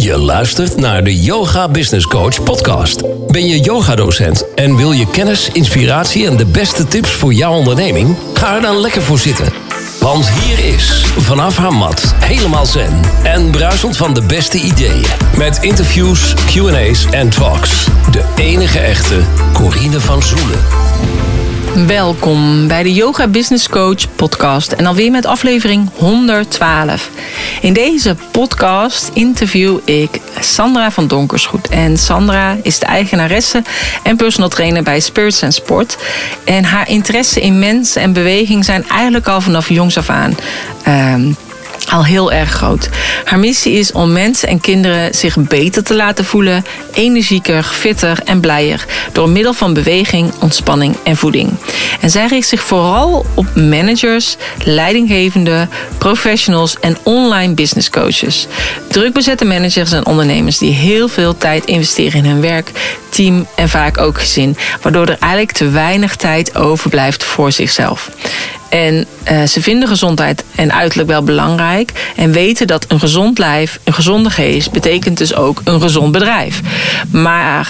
Je luistert naar de Yoga Business Coach podcast. Ben je yogadocent en wil je kennis, inspiratie en de beste tips voor jouw onderneming? Ga er dan lekker voor zitten. Want hier is, vanaf haar mat, helemaal zen en bruisend van de beste ideeën. Met interviews, Q&A's en talks. De enige echte Corine van Zoelen. Welkom bij de Yoga Business Coach podcast en alweer met aflevering 112. In deze podcast interview ik Sandra van Donkersgoed. En Sandra is de eigenaresse en personal trainer bij Spirits & Sport. En haar interesse in mens en beweging zijn eigenlijk al vanaf jongs af aan al heel erg groot. Haar missie is om mensen en kinderen zich beter te laten voelen, energieker, fitter en blijer door middel van beweging, ontspanning en voeding. En zij richt zich vooral op managers, leidinggevenden, professionals en online business coaches. Drukbezette managers en ondernemers die heel veel tijd investeren in hun werk, team en vaak ook gezin, waardoor er eigenlijk te weinig tijd overblijft voor zichzelf. En ze vinden gezondheid en uiterlijk wel belangrijk en weten dat een gezond lijf, een gezonde geest, betekent dus ook een gezond bedrijf. Maar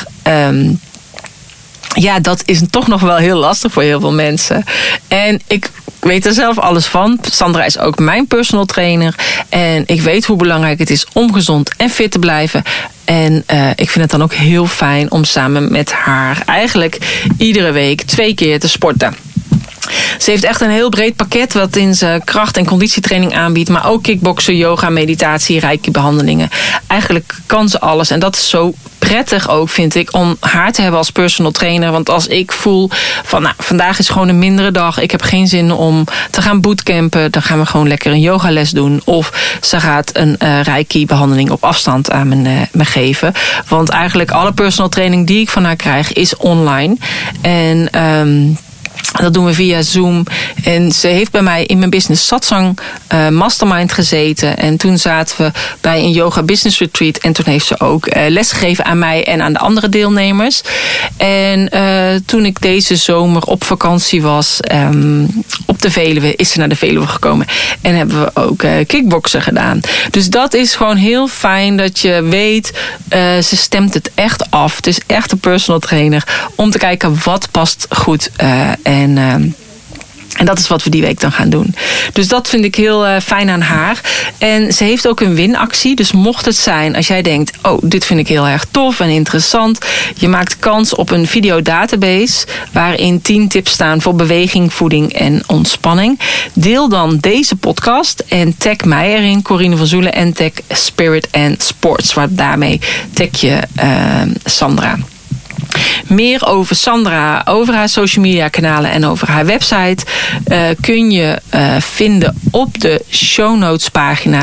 dat is toch nog wel heel lastig voor heel veel mensen. En ik weet er zelf alles van. Sandra is ook mijn personal trainer. En ik weet hoe belangrijk het is om gezond en fit te blijven. En ik vind het dan ook heel fijn om samen met haar eigenlijk iedere week 2 keer te sporten. Ze heeft echt een heel breed pakket wat in ze kracht- en conditietraining aanbiedt. Maar ook kickboksen, yoga, meditatie, reiki-behandelingen. Eigenlijk kan ze alles. En dat is zo prettig ook, vind ik, om haar te hebben als personal trainer. Want als ik voel van, vandaag is gewoon een mindere dag. Ik heb geen zin om te gaan bootcampen. Dan gaan we gewoon lekker een yogales doen. Of ze gaat een reiki-behandeling op afstand aan me geven. Want eigenlijk alle personal training die ik van haar krijg is online. En dat doen we via Zoom. En ze heeft bij mij in mijn business satsang mastermind gezeten. En toen zaten we bij een yoga business retreat. En toen heeft ze ook les gegeven aan mij en aan de andere deelnemers. En toen ik deze zomer op vakantie was op de Veluwe, is ze naar de Veluwe gekomen. En hebben we ook kickboksen gedaan. Dus dat is gewoon heel fijn dat je weet, ze stemt het echt af. Het is echt een personal trainer om te kijken wat past goed. En dat is wat we die week dan gaan doen. Dus dat vind ik heel fijn aan haar. En ze heeft ook een winactie. Dus mocht het zijn, als jij denkt, dit vind ik heel erg tof en interessant. Je maakt kans op een videodatabase waarin 10 tips staan voor beweging, voeding en ontspanning. Deel dan deze podcast en tag mij erin, Corine van Zoelen, en tag Spirit & Sports. Want daarmee tag je Sandra. Meer over Sandra, over haar social media kanalen en over haar website kun je vinden op de show notes pagina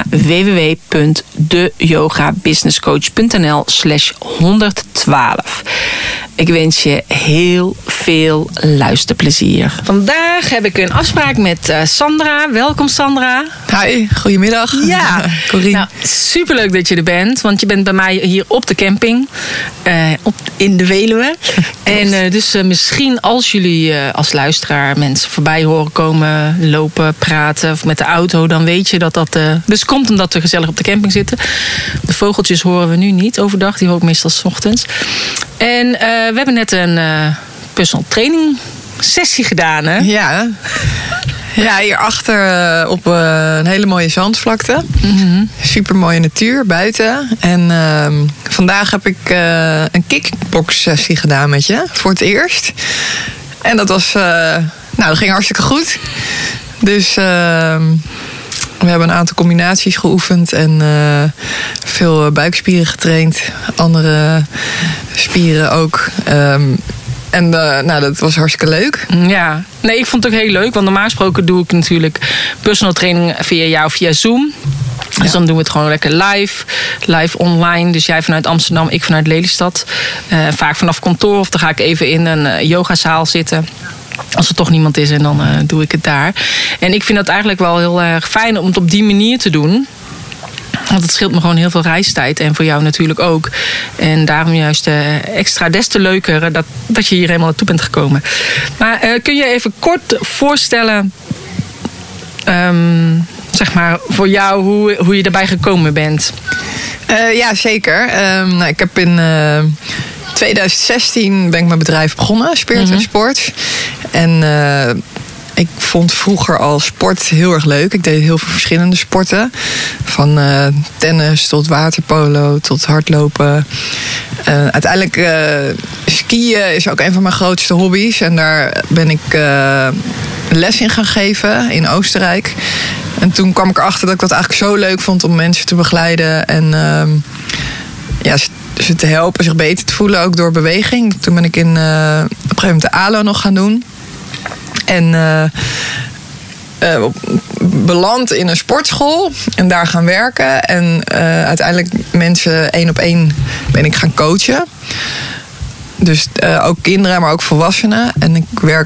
www.deyogabusinesscoach.nl/112. Ik wens je heel veel luisterplezier. Vandaag heb ik een afspraak met Sandra. Welkom Sandra. Hi, goedemiddag. Ja, Corine. Superleuk dat je er bent, want je bent bij mij hier op de camping in de Veluwe. En dus misschien als jullie als luisteraar mensen voorbij horen komen, lopen, praten of met de auto, dan weet je dat dat dus komt omdat we gezellig op de camping zitten. De vogeltjes horen we nu niet overdag, die hoor ik meestal 's ochtends. En we hebben net een personal training sessie gedaan, hè? Ja, hierachter op een hele mooie zandvlakte. Mm-hmm. Super mooie natuur buiten. En vandaag heb ik een kickbox sessie gedaan met je. Voor het eerst. En dat was, dat ging hartstikke goed. Dus we hebben een aantal combinaties geoefend en veel buikspieren getraind. Andere spieren ook. En dat was hartstikke leuk. Ja, nee, ik vond het ook heel leuk. Want normaal gesproken doe ik natuurlijk personal training via jou, via Zoom. Dus dan doen we het gewoon lekker live online. Dus jij vanuit Amsterdam, ik vanuit Lelystad. Vaak vanaf kantoor of dan ga ik even in een yogazaal zitten. Als er toch niemand is en dan doe ik het daar. En ik vind dat eigenlijk wel heel erg fijn om het op die manier te doen. Want het scheelt me gewoon heel veel reistijd. En voor jou natuurlijk ook. En daarom juist extra des te leuker dat je hier helemaal naartoe bent gekomen. Maar kun je even kort voorstellen, zeg maar, voor jou hoe je erbij gekomen bent? Ja, zeker. Ik heb in 2016 ben ik mijn bedrijf begonnen, Spirit en Sport. En ik vond vroeger al sport heel erg leuk. Ik deed heel veel verschillende sporten. Van tennis tot waterpolo tot hardlopen. Uiteindelijk skiën is ook een van mijn grootste hobby's. En daar ben ik les in gaan geven in Oostenrijk. En toen kwam ik erachter dat ik dat eigenlijk zo leuk vond om mensen te begeleiden. En ze te helpen zich beter te voelen, ook door beweging. Toen ben ik op een gegeven moment de ALO nog gaan doen. En beland in een sportschool en daar gaan werken. En uiteindelijk mensen 1-op-1 ben ik gaan coachen. Dus ook kinderen, maar ook volwassenen. En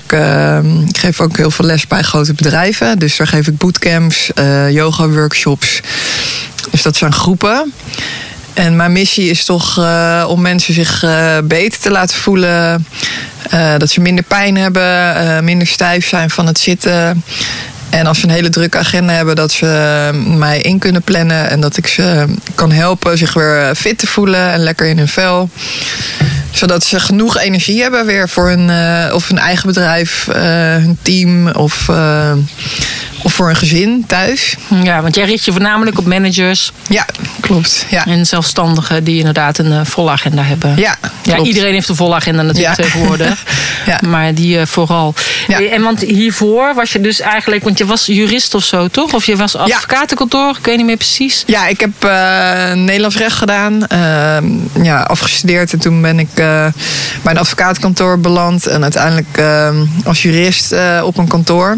ik geef ook heel veel les bij grote bedrijven. Dus daar geef ik bootcamps, yoga-workshops. Dus dat zijn groepen. En mijn missie is toch om mensen zich beter te laten voelen. Dat ze minder pijn hebben, minder stijf zijn van het zitten. En als ze een hele drukke agenda hebben, dat ze mij in kunnen plannen. En dat ik ze kan helpen zich weer fit te voelen en lekker in hun vel. Zodat ze genoeg energie hebben weer voor hun eigen bedrijf, hun team of voor hun gezin thuis. Ja, want jij richt je voornamelijk op managers. Ja, klopt. Ja. En zelfstandigen die inderdaad een volle agenda hebben. Ja, klopt. Iedereen heeft een volle agenda natuurlijk tegenwoordig. Ja. Maar die vooral. Ja. En want hiervoor was je dus eigenlijk, want je was jurist of zo, toch? Of je was advocatenkantoor, ik weet niet meer precies. Ja, ik heb Nederlands recht gedaan. Afgestudeerd. En toen ben ik bij een advocatenkantoor beland. En uiteindelijk als jurist op een kantoor.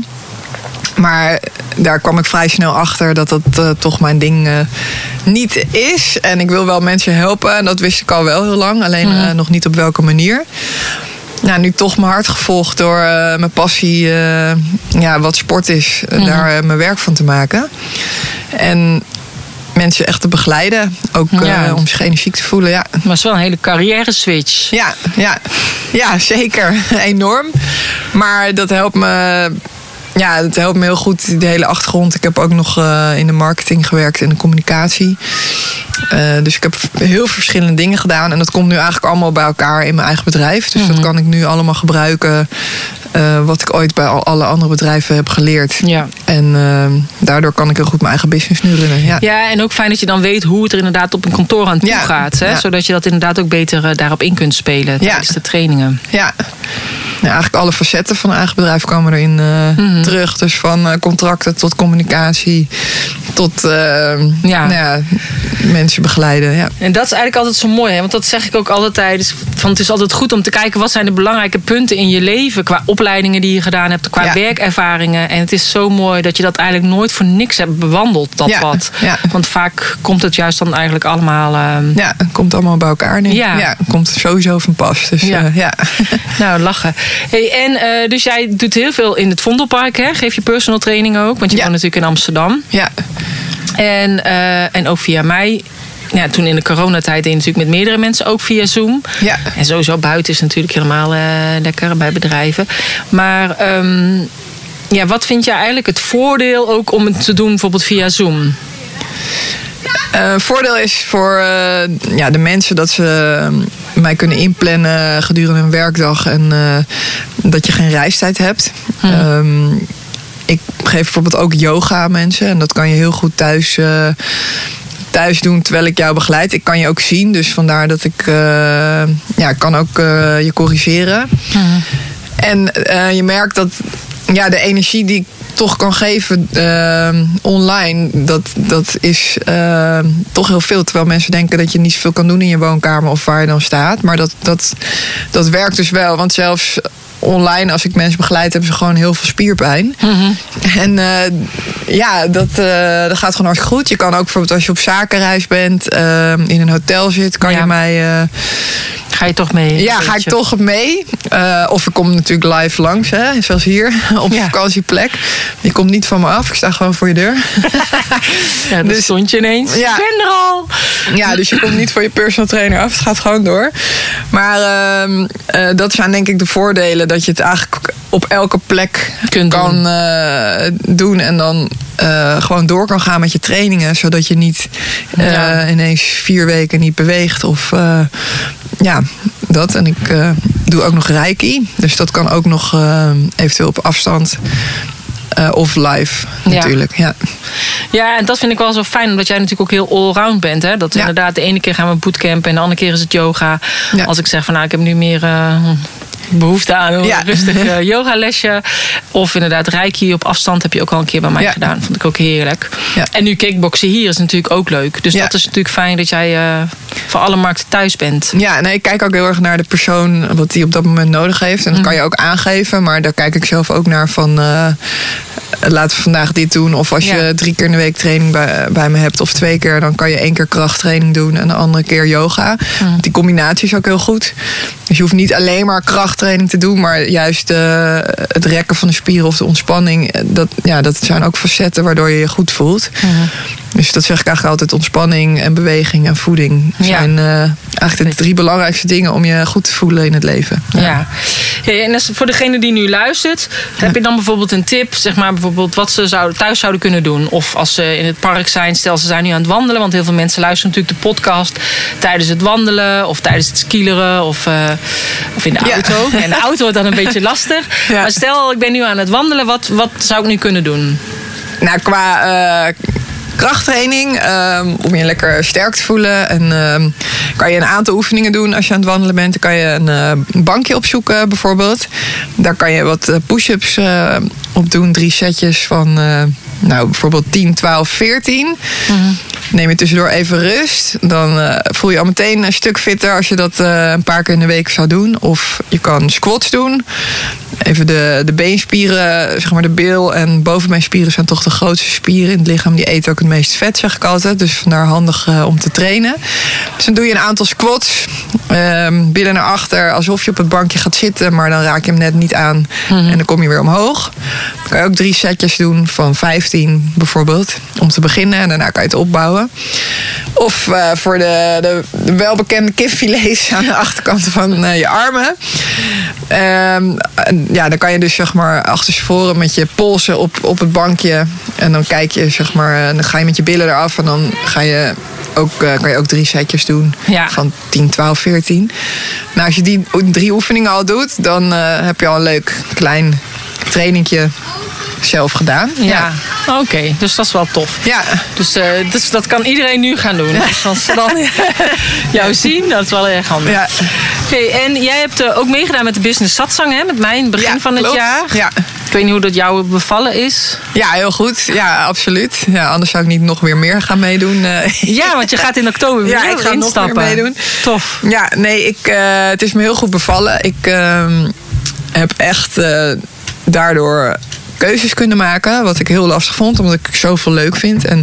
Maar daar kwam ik vrij snel achter dat dat toch mijn ding niet is. En ik wil wel mensen helpen. En dat wist ik al wel heel lang. Alleen nog niet op welke manier. Nou, nu toch mijn hart gevolgd door mijn passie, wat sport is. Daar mijn werk van te maken. En mensen echt te begeleiden. Ook om zich energiek te voelen. Ja. Maar het is wel een hele carrière switch. Ja, zeker. Enorm. Maar dat helpt me. Ja, dat helpt me heel goed, de hele achtergrond. Ik heb ook nog in de marketing gewerkt en de communicatie. Dus ik heb heel verschillende dingen gedaan. En dat komt nu eigenlijk allemaal bij elkaar in mijn eigen bedrijf. Dus dat kan ik nu allemaal gebruiken. Wat ik ooit bij alle andere bedrijven heb geleerd. Ja. En daardoor kan ik heel goed mijn eigen business nu runnen. Ja, en ook fijn dat je dan weet hoe het er inderdaad op een kantoor aan toe gaat. Hè? Ja. Zodat je dat inderdaad ook beter daarop in kunt spelen tijdens de trainingen. Ja. Nou, eigenlijk alle facetten van een eigen bedrijf komen erin terug. Dus van contracten tot communicatie tot mensen begeleiden. Ja. En dat is eigenlijk altijd zo mooi. Hè? Want dat zeg ik ook altijd. Het is altijd goed om te kijken wat zijn de belangrijke punten in je leven. Qua opleidingen die je gedaan hebt. Qua werkervaringen. En het is zo mooi dat je dat eigenlijk nooit voor niks hebt bewandeld. Dat pad. Ja. Want vaak komt het juist dan eigenlijk allemaal. Ja, het komt allemaal bij elkaar nu. Ja, het komt sowieso van pas. Dus Nou, lachen. Hey, en dus jij doet heel veel in het Vondelpark, hè? Geef je personal training ook, want je woont natuurlijk in Amsterdam. Ja. En ook via mij. Ja, toen in de coronatijd deed je natuurlijk met meerdere mensen ook via Zoom. Ja. En sowieso buiten is natuurlijk helemaal lekker bij bedrijven. Maar wat vind jij eigenlijk het voordeel ook om het te doen bijvoorbeeld via Zoom? Voordeel is voor de mensen dat ze mij kunnen inplannen gedurende een werkdag en dat je geen reistijd hebt. Ik geef bijvoorbeeld ook yoga aan mensen en dat kan je heel goed thuis doen terwijl ik jou begeleid. Ik kan je ook zien, dus vandaar dat ik kan ook je corrigeren. En je merkt dat de energie die ik toch kan geven online, dat is toch heel veel. Terwijl mensen denken dat je niet zoveel kan doen in je woonkamer of waar je dan staat. Maar dat werkt dus wel. Want zelfs online, als ik mensen begeleid, hebben ze gewoon heel veel spierpijn. En dat gaat gewoon hartstikke goed. Je kan ook bijvoorbeeld als je op zakenreis bent, in een hotel zit, kan je mij... Ga je toch mee? Ja, ga ik toch mee. Of ik kom natuurlijk live langs, hè, zoals hier, op vakantieplek. Je komt niet van me af, ik sta gewoon voor je deur. Ja, dus stond je ineens. Ja. Ik ben er al. Ja, dus je komt niet voor je personal trainer af, het gaat gewoon door. Maar dat zijn denk ik de voordelen, dat je het eigenlijk op elke plek kan doen. En dan gewoon door kan gaan met je trainingen. Zodat je niet ineens 4 weken niet beweegt. Of dat. En ik doe ook nog Reiki. Dus dat kan ook nog eventueel op afstand. Of live natuurlijk. Ja, en dat vind ik wel zo fijn. Omdat jij natuurlijk ook heel allround bent. Hè? Dat inderdaad de ene keer gaan we bootcamp. En de andere keer is het yoga. Ja. Als ik zeg van ik heb nu meer... behoefte aan een rustig yogalesje. Of inderdaad Reiki op afstand heb je ook al een keer bij mij gedaan. Vond ik ook heerlijk. Ja. En nu kickboksen hier is natuurlijk ook leuk. Dus dat is natuurlijk fijn dat jij voor alle markten thuis bent. Ja, ik kijk ook heel erg naar de persoon wat die op dat moment nodig heeft. En dat kan je ook aangeven. Maar daar kijk ik zelf ook naar van... laten we vandaag dit doen. Of als je 3 keer in de week training bij me hebt. Of 2 keer. Dan kan je 1 keer krachttraining doen. En de andere keer yoga. Die combinatie is ook heel goed. Dus je hoeft niet alleen maar krachttraining te doen. Maar juist het rekken van de spieren of de ontspanning. Dat zijn ook facetten waardoor je je goed voelt. Dus dat zeg ik eigenlijk altijd. Ontspanning en beweging en voeding zijn eigenlijk de 3 belangrijkste dingen om je goed te voelen in het leven. Ja. En dus voor degene die nu luistert, heb je dan bijvoorbeeld een tip, zeg maar bijvoorbeeld wat ze thuis zouden kunnen doen? Of als ze in het park zijn, stel ze zijn nu aan het wandelen, want heel veel mensen luisteren natuurlijk de podcast tijdens het wandelen of tijdens het skileren of in de auto. Ja. En de auto wordt dan een beetje lastig. Ja. Maar stel, ik ben nu aan het wandelen, wat zou ik nu kunnen doen? Nou, qua krachttraining, om je lekker sterk te voelen. En kan je een aantal oefeningen doen als je aan het wandelen bent. Dan kan je een bankje opzoeken bijvoorbeeld. Daar kan je wat push-ups op doen. 3 setjes van bijvoorbeeld 10, 12, 14. Neem je tussendoor even rust. Dan voel je al meteen een stuk fitter als je dat een paar keer in de week zou doen. Of je kan squats doen. Even de beenspieren, zeg maar de bil en bovenbeenspieren zijn toch de grootste spieren in het lichaam. Die eten ook het meest vet, zeg ik altijd. Dus vandaar handig om te trainen. Dus dan doe je een aantal squats. Billen naar achter, alsof je op het bankje gaat zitten. Maar dan raak je hem net niet aan. En dan kom je weer omhoog. Dan kan je ook 3 setjes doen van 15 bijvoorbeeld. Om te beginnen en daarna kan je het opbouwen. Of voor de welbekende kipfilets aan de achterkant van je armen. Dan kan je dus zeg maar achterstevoren met je polsen op het bankje. En dan kijk je zeg maar, dan ga je met je billen eraf. En dan kan je ook 3 setjes doen van 10, 12, 14. Nou, als je die 3 oefeningen al doet, dan heb je al een leuk klein trainingje zelf gedaan. Ja. Oké, dus dat is wel tof. Ja. Dus dat kan iedereen nu gaan doen. Ja. Dus als ze dan jou zien, dat is wel erg handig. Ja. Okay, en jij hebt ook meegedaan met de Business Satsang, hè? Met mij in het begin van het jaar. Ja. Ik weet niet hoe dat jou bevallen is. Ja, heel goed. Ja, absoluut. Ja, anders zou ik niet nog weer meer gaan meedoen. Ja, want je gaat in oktober weer ik ga instappen. Nog weer meedoen. Tof. Ja, nee, het is me heel goed bevallen. Ik heb echt daardoor keuzes kunnen maken. Wat ik heel lastig vond, omdat ik zoveel leuk vind. En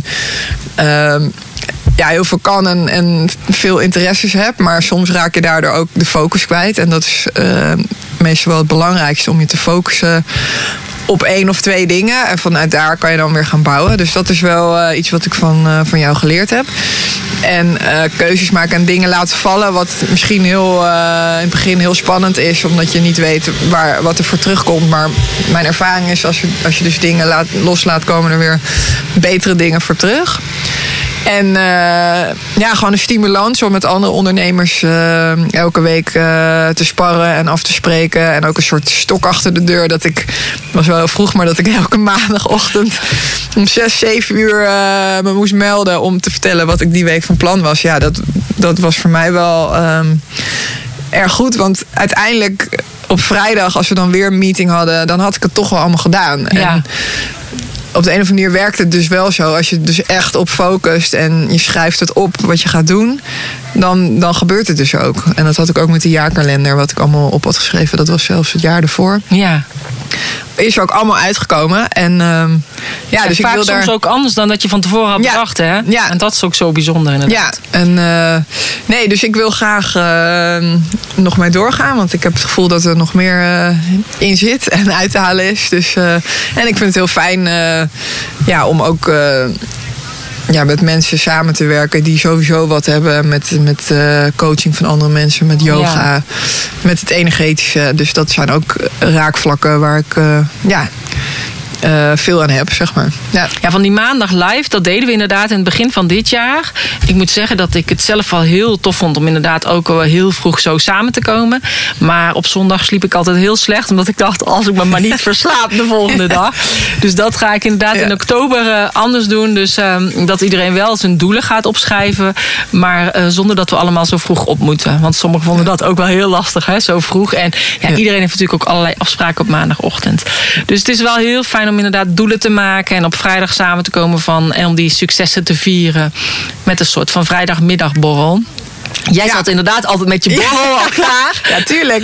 heel veel kan en veel interesses heb. Maar soms raak je daardoor ook de focus kwijt. En dat is meestal wel het belangrijkste, om je te focussen op 1 of 2 dingen. En vanuit daar kan je dan weer gaan bouwen. Dus dat is wel iets wat ik van jou geleerd heb. En keuzes maken en dingen laten vallen. Wat misschien in het begin heel spannend is. Omdat je niet weet wat er voor terugkomt. Maar mijn ervaring is, als je dus dingen loslaat, komen er weer betere dingen voor terug. En gewoon een stimulans om met andere ondernemers elke week te sparren en af te spreken. En ook een soort stok achter de deur. Dat ik, was wel heel vroeg, maar dat ik elke maandagochtend om 6, 7 uur me moest melden om te vertellen wat ik die week van plan was. Ja, dat was voor mij wel erg goed. Want uiteindelijk op vrijdag, als we dan weer een meeting hadden, dan had ik het toch wel allemaal gedaan. Ja. En op de een of andere manier werkt het dus wel zo. Als je dus echt op focust en je schrijft het op wat je gaat doen, dan gebeurt het dus ook. En dat had ik ook met de jaarkalender, wat ik allemaal op had geschreven. Dat was zelfs het jaar ervoor. Ja. Is er ook allemaal uitgekomen. En dus vaak ik wil soms daar ook anders dan dat je van tevoren had bedacht, hè? Ja. En dat is ook zo bijzonder inderdaad. Ja, en dus ik wil graag nog mee doorgaan. Want ik heb het gevoel dat er nog meer in zit en uit te halen is. Dus, en ik vind het heel fijn om ook met mensen samen te werken die sowieso wat hebben met coaching van andere mensen, met yoga, met het energetische. Dus dat zijn ook raakvlakken waar ik veel aan heb, zeg maar. Ja. Ja, van die maandag live, dat deden we inderdaad in het begin van dit jaar. Ik moet zeggen dat ik het zelf wel heel tof vond om inderdaad ook wel heel vroeg zo samen te komen. Maar op zondag sliep ik altijd heel slecht, omdat ik dacht, als ik me maar niet verslaap de volgende dag. Dus dat ga ik inderdaad in oktober anders doen. Dus dat iedereen wel zijn doelen gaat opschrijven, maar zonder dat we allemaal zo vroeg op moeten. Want sommigen vonden dat ook wel heel lastig, hè, zo vroeg. En iedereen heeft natuurlijk ook allerlei afspraken op maandagochtend. Dus het is wel heel fijn om inderdaad doelen te maken en op vrijdag samen te komen en om die successen te vieren met een soort van vrijdagmiddagborrel. Jij zat inderdaad altijd met je borrel al klaar. Ja, tuurlijk.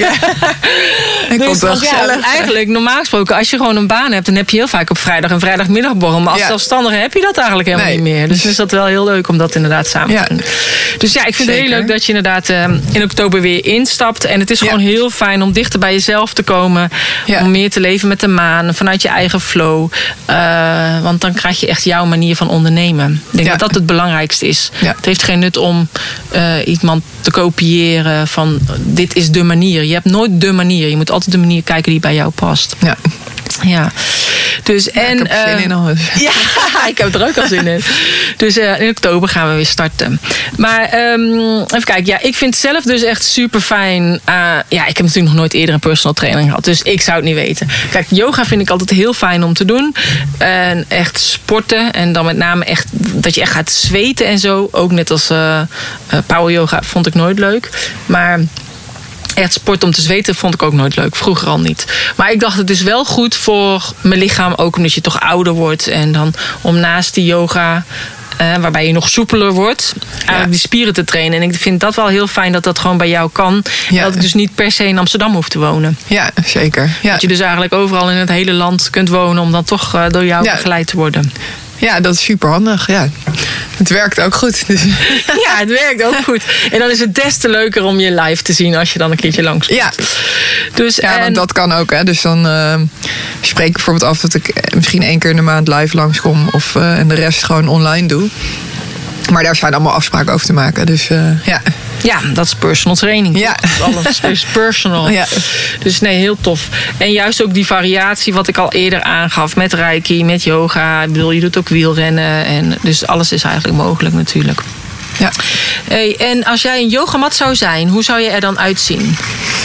Ik dus wel gezellig. eigenlijk, normaal gesproken, als je gewoon een baan hebt, dan heb je heel vaak op vrijdag een vrijdagmiddagborrel. Maar als zelfstandige heb je dat eigenlijk helemaal niet meer. Dus is dat wel heel leuk om dat inderdaad samen te doen. Dus ja, ik vind het heel leuk dat je inderdaad in oktober weer instapt. En het is gewoon heel fijn om dichter bij jezelf te komen. Om meer te leven met de maan, vanuit je eigen flow. Want dan krijg je echt jouw manier van ondernemen. Ik denk dat dat het belangrijkste is. Ja. Het heeft geen nut om iemand te kopiëren van dit is de manier. Je hebt nooit de manier. Je moet altijd de manier kijken die bij jou past. Ja. Dus, ik heb er zin in al. Ja, ik heb er ook al zin in. Dus in oktober gaan we weer starten. Maar even kijken. Ja, ik vind het zelf dus echt super fijn. Ik heb natuurlijk nog nooit eerder een personal training gehad. Dus ik zou het niet weten. Kijk, yoga vind ik altijd heel fijn om te doen. En echt sporten. En dan met name echt dat je echt gaat zweten en zo. Ook net als power yoga vond ik nooit leuk. Maar echt sport om te zweten vond ik ook nooit leuk. Vroeger al niet. Maar ik dacht, het is wel goed voor mijn lichaam. Ook omdat je toch ouder wordt. En dan om naast die yoga, waarbij je nog soepeler wordt, eigenlijk die spieren te trainen. En ik vind dat wel heel fijn dat dat gewoon bij jou kan. Ja. Dat ik dus niet per se in Amsterdam hoef te wonen. Ja, zeker. Ja. Dat je dus eigenlijk overal in het hele land kunt wonen om dan toch door jou begeleid te worden. Ja, dat is super handig. Ja. Het werkt ook goed. Dus. Ja, het werkt ook goed. En dan is het des te leuker om je live te zien als je dan een keertje langskomt. Ja, dus, want dat kan ook. Hè. Dus dan spreek ik bijvoorbeeld af dat ik misschien 1 keer in de maand live langskom. En de rest gewoon online doe. Maar daar zijn allemaal afspraken over te maken. Dus Ja, dat is personal training. Ja. Alles is personal. Ja. Dus nee, heel tof. En juist ook die variatie wat ik al eerder aangaf met reiki, met yoga. Ik bedoel, je doet ook wielrennen. En dus alles is eigenlijk mogelijk natuurlijk. Ja. Hey, en als jij een yogamat zou zijn, hoe zou je er dan uitzien?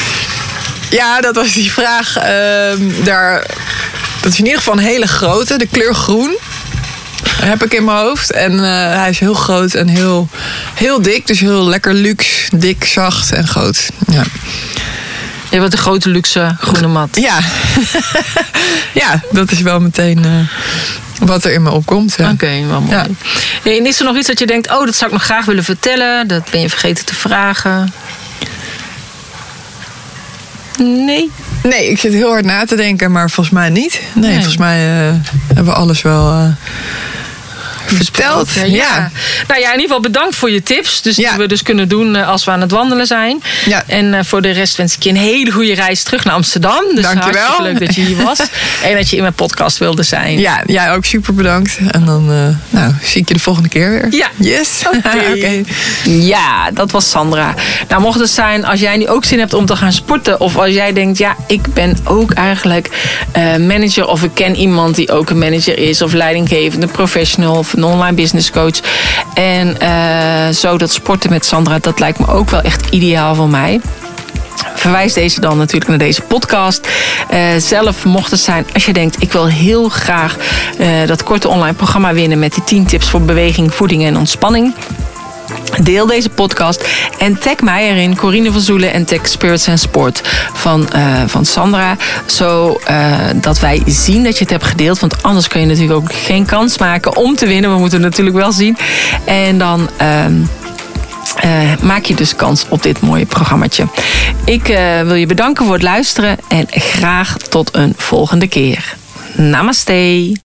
Ja, dat was die vraag. Dat is in ieder geval een hele grote. De kleur groen heb ik in mijn hoofd. En hij is heel groot en heel, heel dik. Dus heel lekker luxe, dik, zacht en groot. Ja. Je wordt een grote luxe groene mat. Ja. Ja, dat is wel meteen wat er in me opkomt. Ja. Oké, wel mooi. Ja. En is er nog iets dat je denkt, dat zou ik nog graag willen vertellen? Dat ben je vergeten te vragen. Nee, ik zit heel hard na te denken, maar volgens mij niet. Nee. Volgens mij hebben we alles wel verteld. Ja. Nou ja, in ieder geval bedankt voor je tips. Dus die we dus kunnen doen als we aan het wandelen zijn. Ja. En voor de rest wens ik je een hele goede reis terug naar Amsterdam. Dus dankjewel. Hartstikke leuk dat je hier was. En dat je in mijn podcast wilde zijn. Ja, jij ook super bedankt. En dan zie ik je de volgende keer weer. Ja. Yes. Okay. Ja, dat was Sandra. Nou, mocht het zijn, als jij nu ook zin hebt om te gaan sporten. Of als jij denkt, ik ben ook eigenlijk manager. Of ik ken iemand die ook een manager is. Of leidinggevende professional. Of een online business coach. En zo dat sporten met Sandra, dat lijkt me ook wel echt ideaal voor mij. Verwijs deze dan natuurlijk naar deze podcast. Zelf mocht het zijn, als je denkt, ik wil heel graag dat korte online programma winnen met die 10 tips voor beweging, voeding en ontspanning. Deel deze podcast en tag mij erin, Corine van Zoelen, en tag Spirits and Sport van Sandra. Zodat wij zien dat je het hebt gedeeld. Want anders kun je natuurlijk ook geen kans maken om te winnen. We moeten het natuurlijk wel zien. En dan maak je dus kans op dit mooie programmaatje. Ik wil je bedanken voor het luisteren en graag tot een volgende keer. Namaste.